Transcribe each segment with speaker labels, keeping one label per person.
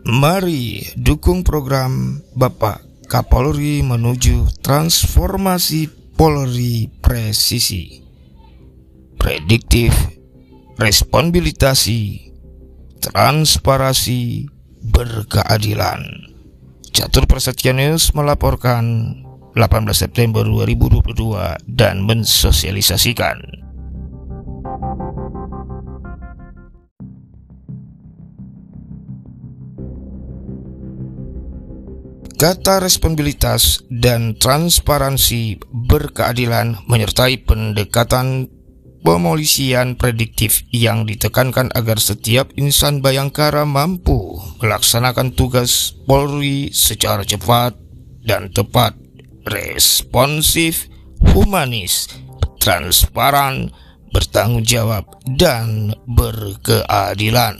Speaker 1: Mari dukung program Bapak Kapolri menuju transformasi Polri presisi, prediktif, responsibilitas, transparansi, berkeadilan. Catur Prasetya News melaporkan 18 September 2022 dan mensosialisasikan. Kata responsibilitas dan transparansi berkeadilan menyertai pendekatan pemolisian prediktif yang ditekankan agar setiap insan Bayangkara mampu melaksanakan tugas Polri secara cepat dan tepat, responsif, humanis, transparan, bertanggung jawab, dan berkeadilan.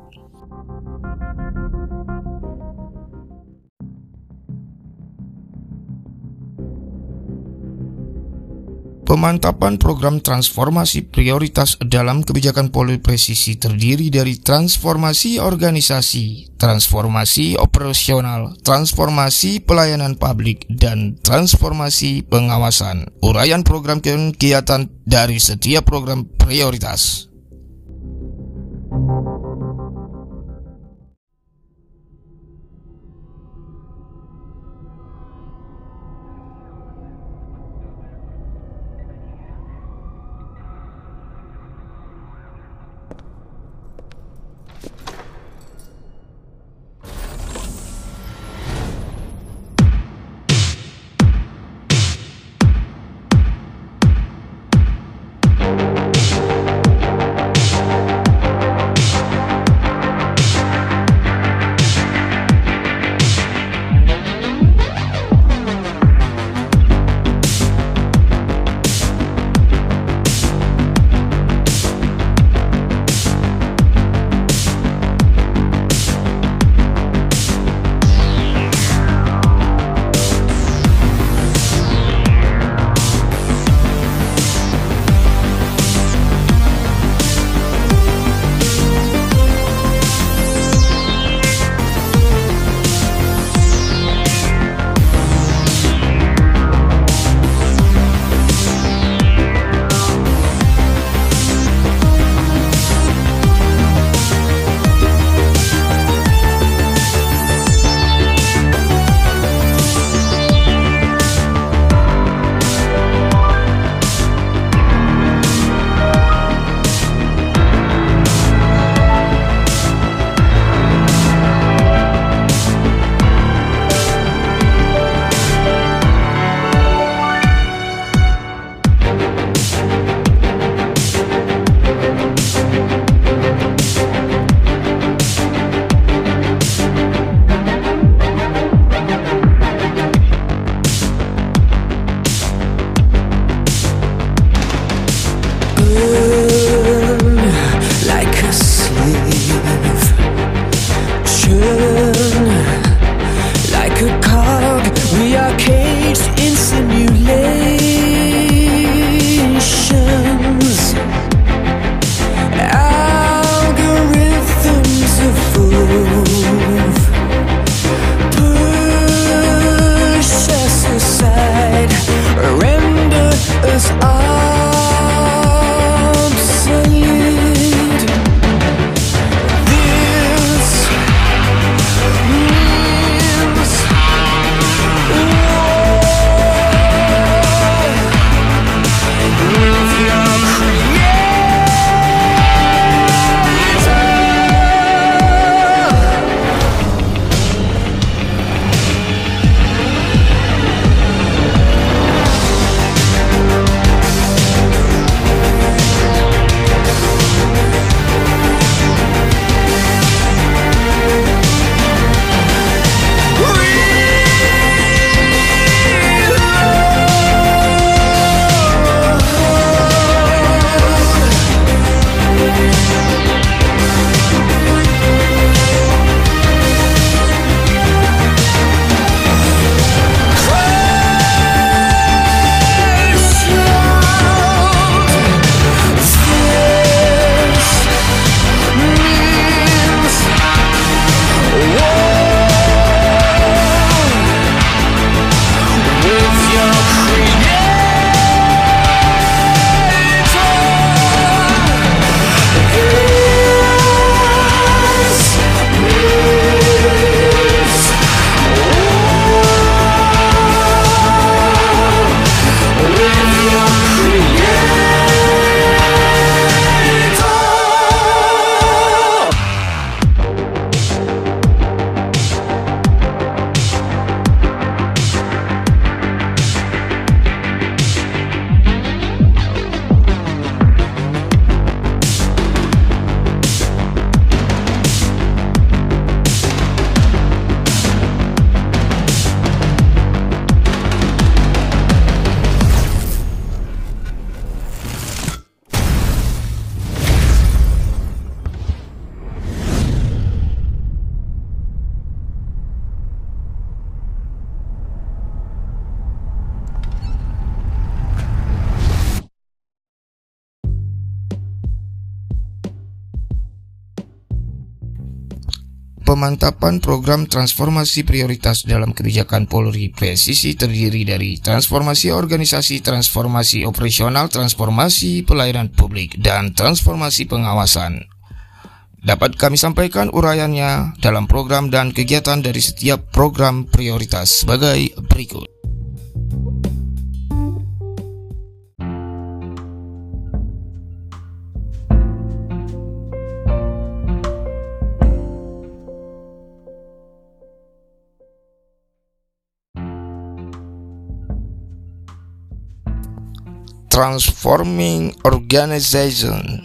Speaker 1: Pemantapan program transformasi prioritas dalam kebijakan Polri presisi terdiri dari transformasi organisasi, transformasi operasional, transformasi pelayanan publik, dan transformasi pengawasan. Uraian program kegiatan dari setiap program prioritas. pemantapan program transformasi prioritas dalam kebijakan Polri. Presisi terdiri dari transformasi organisasi, transformasi operasional, transformasi pelayanan publik, dan transformasi pengawasan. Dapat kami sampaikan uraiannya dalam program dan kegiatan dari setiap program prioritas sebagai berikut. Transforming Organization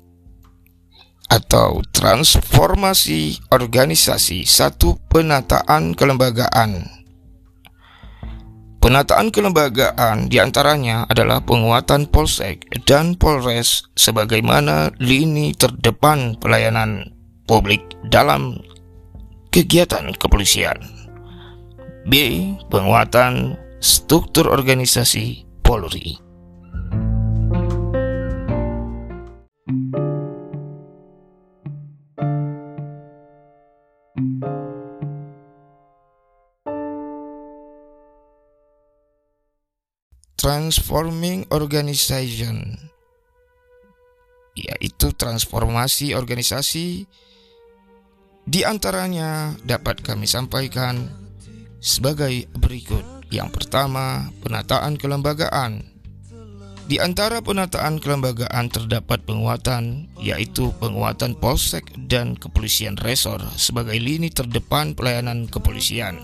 Speaker 1: atau transformasi organisasi. Satu, penataan kelembagaan. Penataan kelembagaan diantaranya adalah penguatan Polsek dan Polres sebagaimana lini terdepan pelayanan publik dalam kegiatan kepolisian. B. Penguatan struktur organisasi Polri. Transforming Organization, yaitu transformasi organisasi. Di antaranya dapat kami sampaikan sebagai berikut. Yang pertama, penataan kelembagaan. Di antara penataan kelembagaan terdapat penguatan, yaitu penguatan Polsek dan Kepolisian Resor sebagai lini terdepan pelayanan kepolisian.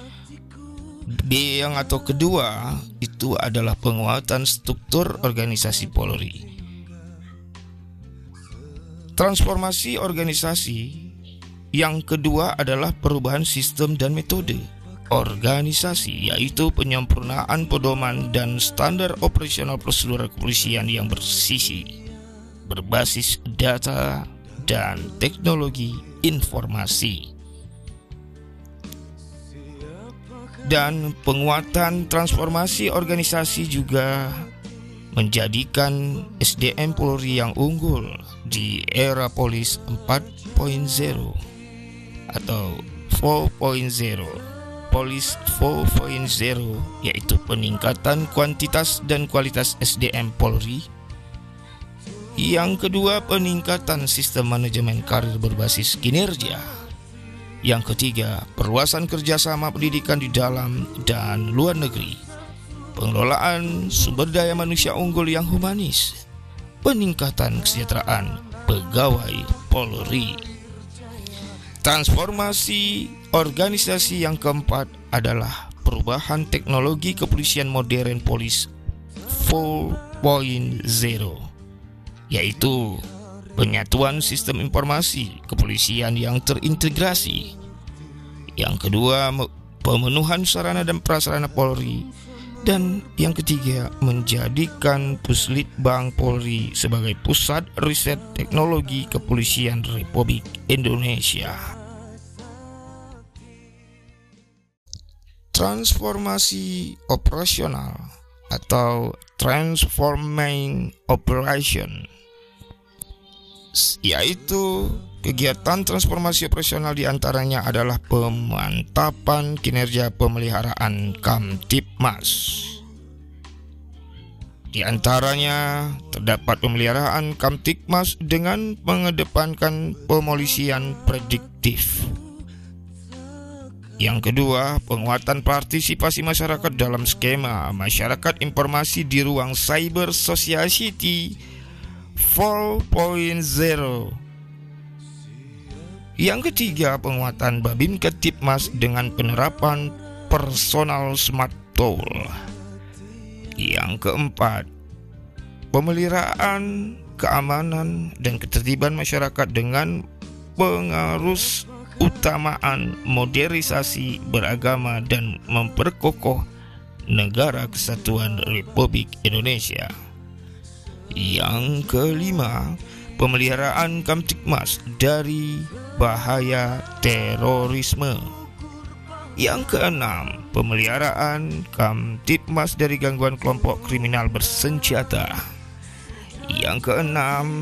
Speaker 1: B yang atau kedua itu adalah penguatan struktur organisasi Polri. Transformasi organisasi yang kedua adalah perubahan sistem dan metode organisasi, yaitu penyempurnaan pedoman dan standar operasional prosedur kepolisian yang berbasis data dan teknologi informasi. Dan penguatan transformasi organisasi juga menjadikan SDM Polri yang unggul di era Polis 4.0 atau 4.0. Polis 4.0 yaitu peningkatan kuantitas dan kualitas SDM Polri. Yang kedua, peningkatan sistem manajemen karir berbasis kinerja. Yang ketiga, perluasan kerjasama pendidikan di dalam dan luar negeri, pengelolaan sumber daya manusia unggul yang humanis, peningkatan kesejahteraan pegawai Polri. Transformasi organisasi yang keempat adalah perubahan teknologi kepolisian modern Polis 4.0, yaitu penyatuan sistem informasi kepolisian yang terintegrasi. Yang kedua, pemenuhan sarana dan prasarana Polri. Dan yang ketiga, menjadikan Puslitbang Polri sebagai pusat riset teknologi kepolisian Republik Indonesia. Transformasi operasional atau transforming operation, yaitu kegiatan transformasi operasional diantaranya adalah pemantapan kinerja pemeliharaan Kamtibmas. Di antaranya terdapat pemeliharaan Kamtibmas dengan mengedepankan pemolisian prediktif. Yang kedua, penguatan partisipasi masyarakat dalam skema masyarakat informasi di ruang Cyber Society 4.0. Yang ketiga, penguatan Babin Ketipmas dengan penerapan personal smart tool. Yang keempat, pemeliharaan keamanan dan ketertiban masyarakat dengan pengarus utamaan modernisasi beragama dan memperkokoh Negara Kesatuan Republik Indonesia. Yang kelima, pemeliharaan Kamtibmas dari bahaya terorisme. Yang keenam, pemeliharaan Kamtibmas dari gangguan kelompok kriminal bersenjata. Yang keenam,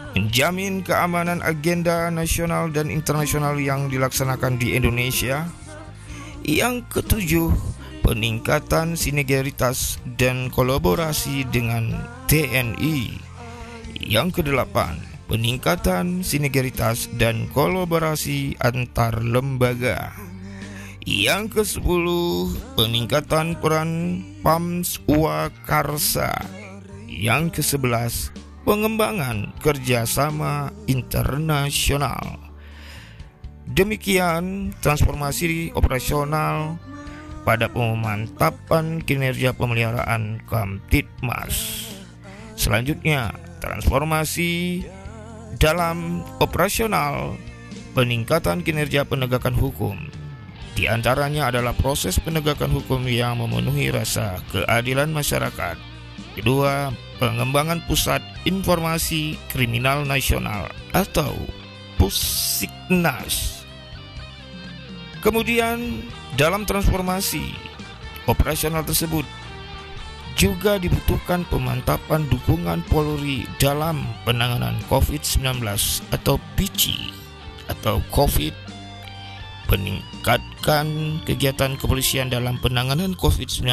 Speaker 1: menjamin keamanan agenda nasional dan internasional yang dilaksanakan di Indonesia. Yang ketujuh, peningkatan sinergitas dan kolaborasi dengan TNI. Yang kedelapan, peningkatan sinergitas dan kolaborasi antar lembaga. Yang ke-10, peningkatan peran PAMS Wakarsa. Yang ke-11, pengembangan kerjasama internasional. Demikian transformasi operasional pada pemantapan kinerja pemeliharaan Kamtibmas. Selanjutnya, transformasi dalam operasional peningkatan kinerja penegakan hukum. Di antaranya adalah proses penegakan hukum yang memenuhi rasa keadilan masyarakat. Kedua, pengembangan Pusat Informasi Kriminal Nasional atau Pusiknas. Kemudian, dalam transformasi operasional tersebut juga dibutuhkan pemantapan dukungan Polri dalam penanganan COVID-19 atau PICI atau COVID, meningkatkan kegiatan kepolisian dalam penanganan COVID-19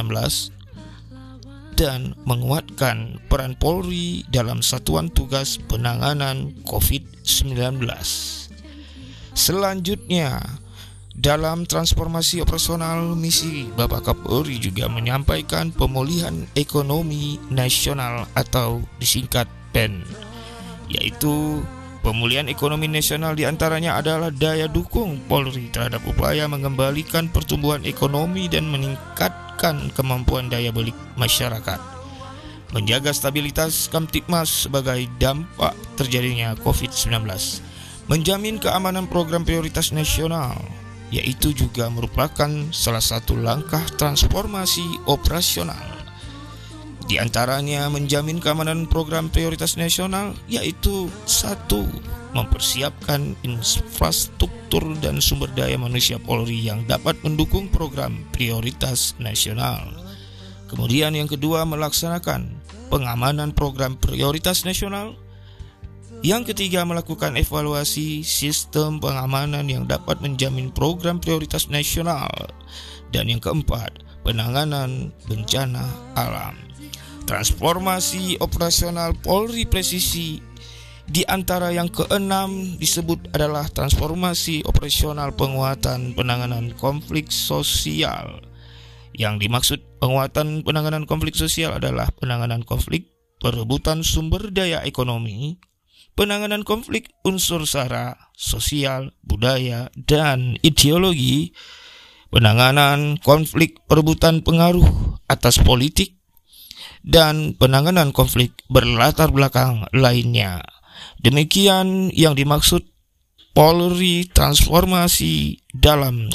Speaker 1: dan menguatkan peran Polri dalam satuan tugas penanganan COVID-19. Selanjutnya, dalam transformasi operasional misi, Bapak Kapolri juga menyampaikan pemulihan ekonomi nasional atau disingkat PEN, yaitu pemulihan ekonomi nasional diantaranya adalah daya dukung Polri terhadap upaya mengembalikan pertumbuhan ekonomi dan meningkatkan kemampuan daya beli masyarakat, menjaga stabilitas Kamtibmas sebagai dampak terjadinya COVID-19, menjamin keamanan program prioritas nasional, yaitu juga merupakan salah satu langkah transformasi operasional. Di antaranya menjamin keamanan program prioritas nasional, yaitu 1. Mempersiapkan infrastruktur dan sumber daya manusia Polri yang dapat mendukung program prioritas nasional. Kemudian yang kedua, melaksanakan pengamanan program prioritas nasional. Yang ketiga, melakukan evaluasi sistem pengamanan yang dapat menjamin program prioritas nasional. Dan yang keempat, penanganan bencana alam. Transformasi operasional Polri presisi di antara yang keenam disebut adalah transformasi operasional penguatan penanganan konflik sosial. Yang dimaksud penguatan penanganan konflik sosial adalah penanganan konflik perebutan sumber daya ekonomi, penanganan konflik unsur sara, sosial, budaya, dan ideologi, penanganan konflik perebutan pengaruh atas politik, dan penanganan konflik berlatar belakang lainnya. Demikian yang dimaksud Polri transformasi dalam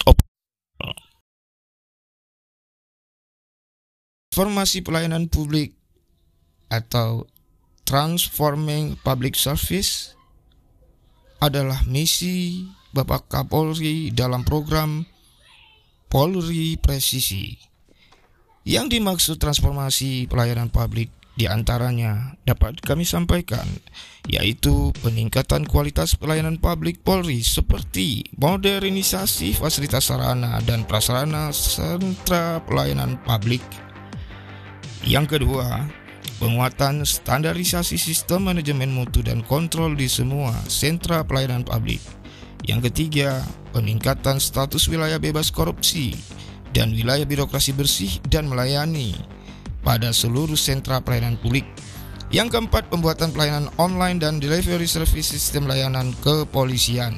Speaker 1: transformasi pelayanan publik atau Transforming Public Service adalah misi Bapak Kapolri dalam program Polri Presisi. Yang dimaksud transformasi pelayanan publik diantaranya dapat kami sampaikan, yaitu peningkatan kualitas pelayanan publik Polri seperti modernisasi fasilitas sarana dan prasarana sentra pelayanan publik. Yang kedua, penguatan standarisasi sistem manajemen mutu dan kontrol di semua sentra pelayanan publik. Yang ketiga, peningkatan status wilayah bebas korupsi dan wilayah birokrasi bersih dan melayani pada seluruh sentra pelayanan publik. Yang keempat, pembuatan pelayanan online dan delivery service sistem layanan kepolisian.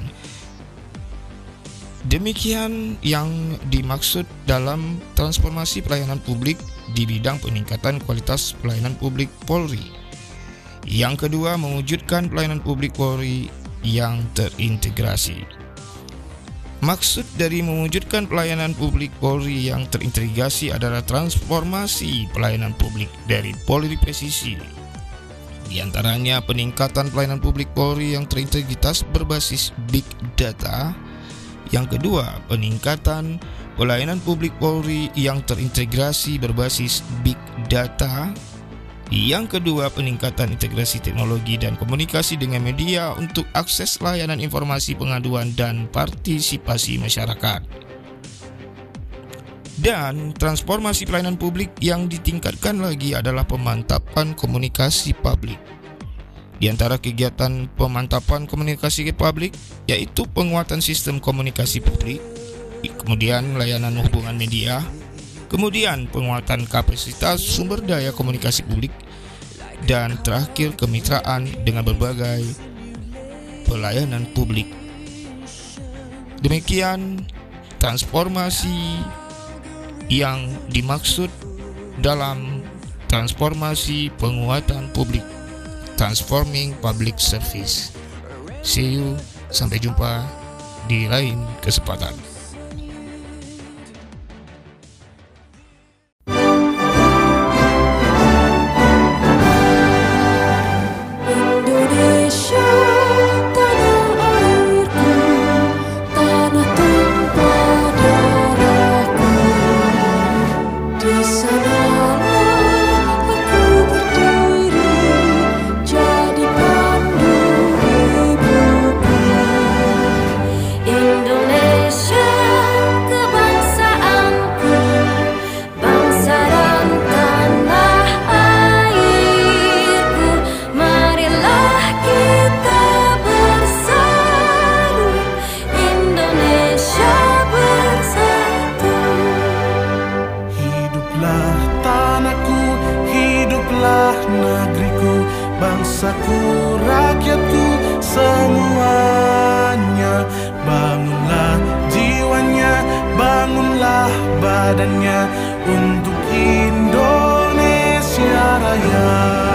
Speaker 1: Demikian yang dimaksud dalam transformasi pelayanan publik di bidang peningkatan kualitas pelayanan publik Polri. Yang kedua, mewujudkan pelayanan publik Polri yang terintegrasi. Maksud dari mewujudkan pelayanan publik Polri yang terintegrasi adalah transformasi pelayanan publik dari Polri presisi. Di antaranya peningkatan pelayanan publik Polri yang terintegritas berbasis Big Data. Yang kedua, peningkatan pelayanan publik Polri yang terintegrasi berbasis Big Data. Yang kedua, peningkatan integrasi teknologi dan komunikasi dengan media untuk akses layanan informasi, pengaduan, dan partisipasi masyarakat. Dan transformasi pelayanan publik yang ditingkatkan lagi adalah pemantapan komunikasi publik. Di antara kegiatan pemantapan komunikasi publik yaitu penguatan sistem komunikasi publik, kemudian layanan hubungan media, kemudian penguatan kapasitas sumber daya komunikasi publik, dan terakhir kemitraan dengan berbagai pelayanan publik. Demikian transformasi yang dimaksud dalam transformasi penguatan publik, transforming public service. See you, sampai jumpa di lain kesempatan.
Speaker 2: Indonesia, tanah airku, tanah tumpah darahku. Di sanalah aku berdiri, jadi pandu hidupku. Indonesia, kebangsaanku, bangsa dan tanah airku. Marilah kita bersatu, Indonesia bersatu.
Speaker 3: Hiduplah tanahku, hiduplah negeriku, bangsaku, rakyatku, semuanya. Bangunlah jiwanya, bangunlah badannya untuk Indonesia Raya.